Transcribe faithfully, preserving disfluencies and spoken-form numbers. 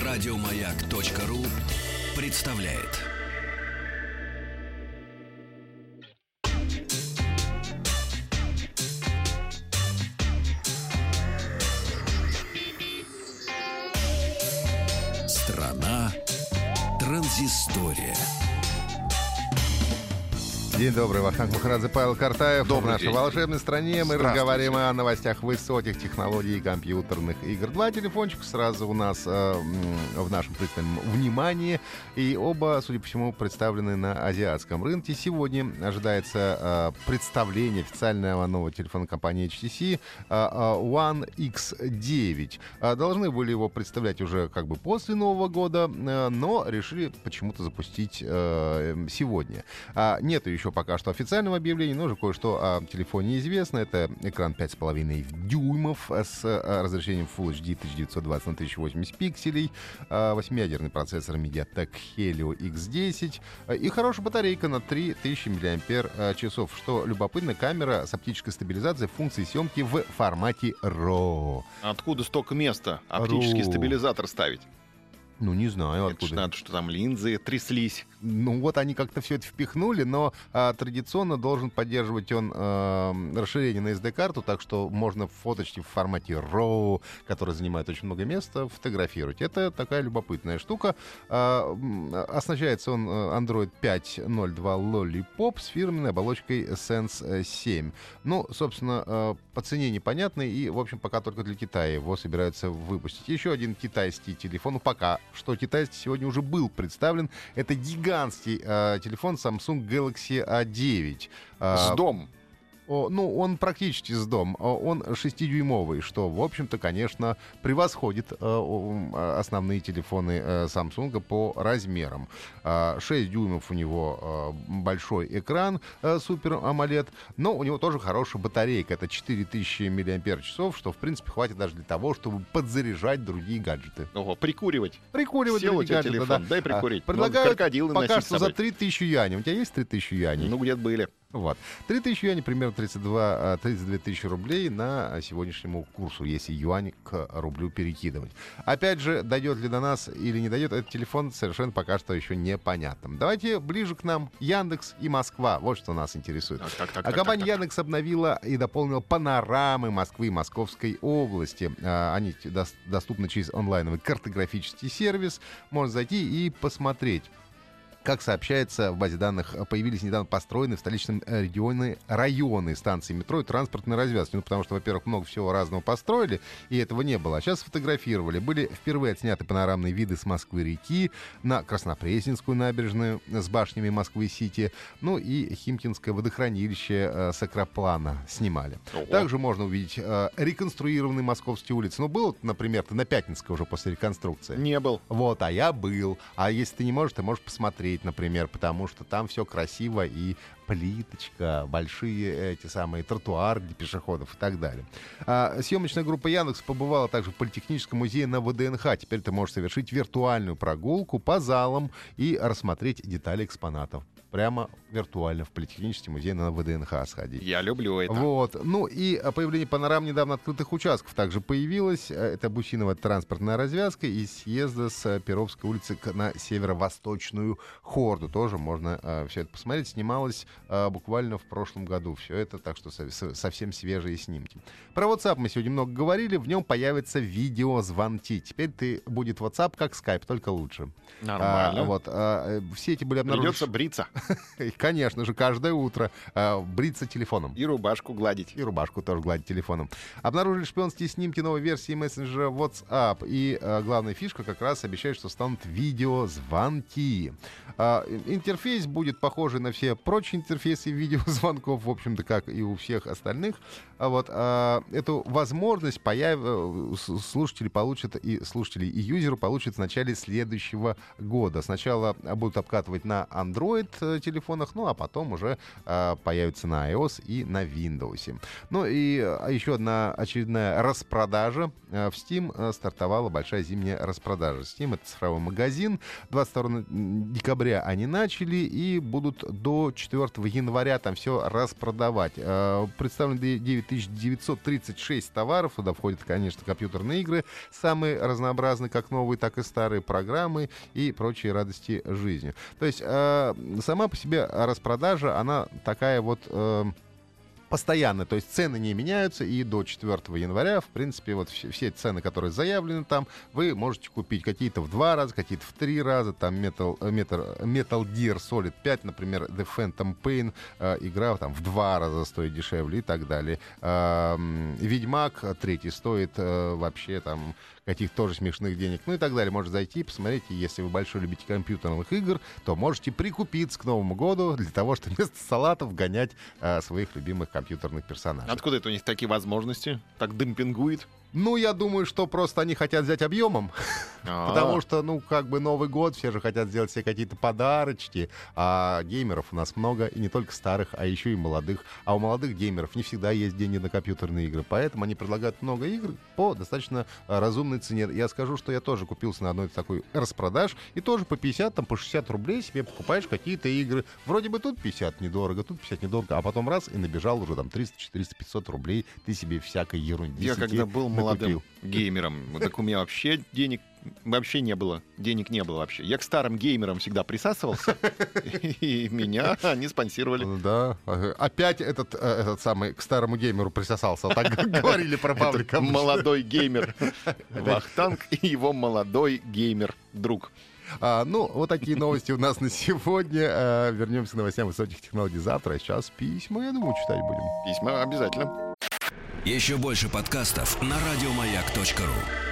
Радиомаяк.ру представляет. Страна транзистория. День добрый, Вахтанг Махарадзе, Павел Картаев. Добрый В нашей день. волшебной стране мы разговариваем о новостях высоких технологий и компьютерных игр. Два телефончика сразу у нас э, в нашем пристальном внимании. И оба, судя по всему, представлены на азиатском рынке. Сегодня ожидается э, представление официального нового телефона компании эйч ти си э, э, One икс девять. Э, должны были его представлять уже как бы после Нового года, э, но решили почему-то запустить э, сегодня. А, нету еще пока что официального объявления, но уже кое-что о телефоне известно. Это экран пять с половиной дюймов с разрешением Full эйч ди тысяча девятьсот двадцать на тысяча восемьдесят пикселей, восьмиядерный процессор MediaTek Helio икс десять и хорошая батарейка на три тысячи миллиампер-часов. Что любопытно, камера с оптической стабилизацией функции съемки в формате РО. Откуда столько места оптический Ру. стабилизатор ставить? Ну, не знаю, Это ж откуда. надо, что там линзы тряслись. Ну вот они как-то все это впихнули, но а, традиционно должен поддерживать он а, расширение на эс ди-карту, так что можно фоточки в формате роу, который занимает очень много места, фотографировать. Это такая любопытная штука. А, оснащается он Android пять точка ноль два Lollipop с фирменной оболочкой Sense семь. Ну, собственно, а, по цене непонятный, и, в общем, пока только для Китая его собираются выпустить. Еще один китайский телефон, ну пока что китайский сегодня уже был представлен. Это гигантский э, телефон Samsung Galaxy а девять. Э, С дом. о, ну, он практически с дом. О, он шестидюймовый, что, в общем-то, конечно, превосходит э, о, основные телефоны э, Samsung по размерам. Э, шесть дюймов у него э, большой экран э, Super AMOLED, но у него тоже хорошая батарейка. Это четыре тысячи миллиампер-часов, что, в принципе, хватит даже для того, чтобы подзаряжать другие гаджеты. Ого, прикуривать. Прикуривать Сел у другие тебя гаджеты, телефон, да. дай прикурить. А, предлагают крокодилы пока носить что с за собой. три тысячи юаней. У тебя есть три тысячи юаней? Ну, где-то были. Вот. три тысячи юаней, примерно тридцать два, тридцать две тысячи рублей на сегодняшнему курсу, если юань к рублю перекидывать. Опять же, дойдет ли до нас или не дойдет, этот телефон совершенно пока что еще непонятно. Давайте ближе к нам Яндекс и Москва. Вот что нас интересует. Так, так, так, А так, компания так, так. Яндекс обновила и дополнила панорамы Москвы и Московской области. А, Они дос- доступны через онлайновый картографический сервис. Можно зайти и посмотреть. Как сообщается в базе данных, появились недавно построенные в столичном регионе районы станции метро и транспортной развязки. Ну, потому что, во-первых, много всего разного построили, и этого не было. А сейчас сфотографировали. Были впервые отсняты панорамные виды с Москвы-реки на Краснопресненскую набережную с башнями Москвы-Сити, ну и Химкинское водохранилище э, с акроплана снимали. Ого. Также можно увидеть э, реконструированные московские улицы. Ну, был, например, ты на Пятницкой уже после реконструкции. Не был. Вот, а я был. А если ты не можешь, ты можешь посмотреть, например, потому что там все красиво и плиточка, большие эти самые тротуары для пешеходов и так далее. А, съемочная группа Яндекс побывала также в Политехническом музее на ВДНХ. Теперь ты можешь совершить виртуальную прогулку по залам и рассмотреть детали экспонатов. Прямо виртуально в Политехнический музей на ВДНХ сходить. Я люблю это. Вот. Ну и а, появление панорам недавно открытых участков также появилось. А, Это Бусиновая транспортная развязка и съезда с а, Перовской улицы к- на северо-восточную Хорду. Тоже можно а, все это посмотреть. Снималось а, буквально в прошлом году. Все это, так что со- со- совсем свежие снимки. Про WhatsApp мы сегодня много говорили. В нем появятся видеозвонки. Теперь ты будет WhatsApp как Skype, только лучше. Нормально. А, вот. а, э, все эти были обнаружены. Придется бриться И, конечно же, каждое утро а, бриться телефоном. и рубашку гладить. И рубашку тоже гладить телефоном. Обнаружили шпионские снимки новой версии мессенджера WhatsApp. И а, главная фишка как раз обещает, что станут видеозвонки. А, интерфейс будет похожий на все прочие интерфейсы видеозвонков, в общем-то, как и у всех остальных. А вот а, эту возможность появ... слушатели получат, и слушатели и юзеры получат в начале следующего года. Сначала будут обкатывать на Android телефонах, ну а потом уже а, появится на iOS и на Windows. Ну и а, еще одна очередная распродажа. А, в Steam а, стартовала большая зимняя распродажа. Steam — это цифровой магазин. двадцать второго декабря они начали и будут до четвёртого четвёртого января там все распродавать. Э, представлено девять тысяч девятьсот тридцать шесть товаров. Туда входят, конечно, компьютерные игры, самые разнообразные, как новые, так и старые программы и прочие радости жизни. То есть э, сама по себе распродажа, она такая вот... Э, постоянно, то есть цены не меняются, и до четвёртого января, в принципе, вот все, все цены, которые заявлены там, вы можете купить какие-то в два раза, какие-то в три раза, там Metal, Metal, Metal Gear Solid пять, например, The Phantom Pain, э, игра там в два раза стоит дешевле и так далее. Э, Ведьмак третий стоит э, вообще там каких-то тоже смешных денег, ну и так далее. Можете зайти и посмотреть, если вы большой любитель компьютерных игр, то можете прикупиться к Новому году для того, чтобы вместо салатов гонять э, своих любимых компьютерных персонажей. Откуда это у них такие возможности? Так демпингует? Ну, я думаю, что просто они хотят взять объемом, потому что, ну, как бы Новый год, все же хотят сделать себе какие-то подарочки, а геймеров у нас много, и не только старых, а еще и молодых. А у молодых геймеров не всегда есть деньги на компьютерные игры, поэтому они предлагают много игр по достаточно разумной цене. Я скажу, что я тоже купился на одной такой распродаж, и тоже по пятьдесят, там, по шестьдесят рублей себе покупаешь какие-то игры. Вроде бы тут пятьдесят недорого, тут пятьдесят недорого, а потом раз, и набежал уже там триста, четыреста, пятьсот рублей, ты себе всякой ерунди. Я когда был молодым накупил. геймером, так у меня вообще денег вообще не было. Денег не было вообще. Я к старым геймерам всегда присасывался, и меня они спонсировали. Да. Опять этот, этот самый к старому геймеру присосался. Так говорили про Павлика. Молодой геймер Вахтанг и его молодой геймер-друг. А, ну, вот такие новости у нас на сегодня. А, вернемся к новостям высоких технологий завтра. А сейчас письма, я думаю, читать будем. Письма обязательно. Еще больше подкастов на радиомаяк точка ру.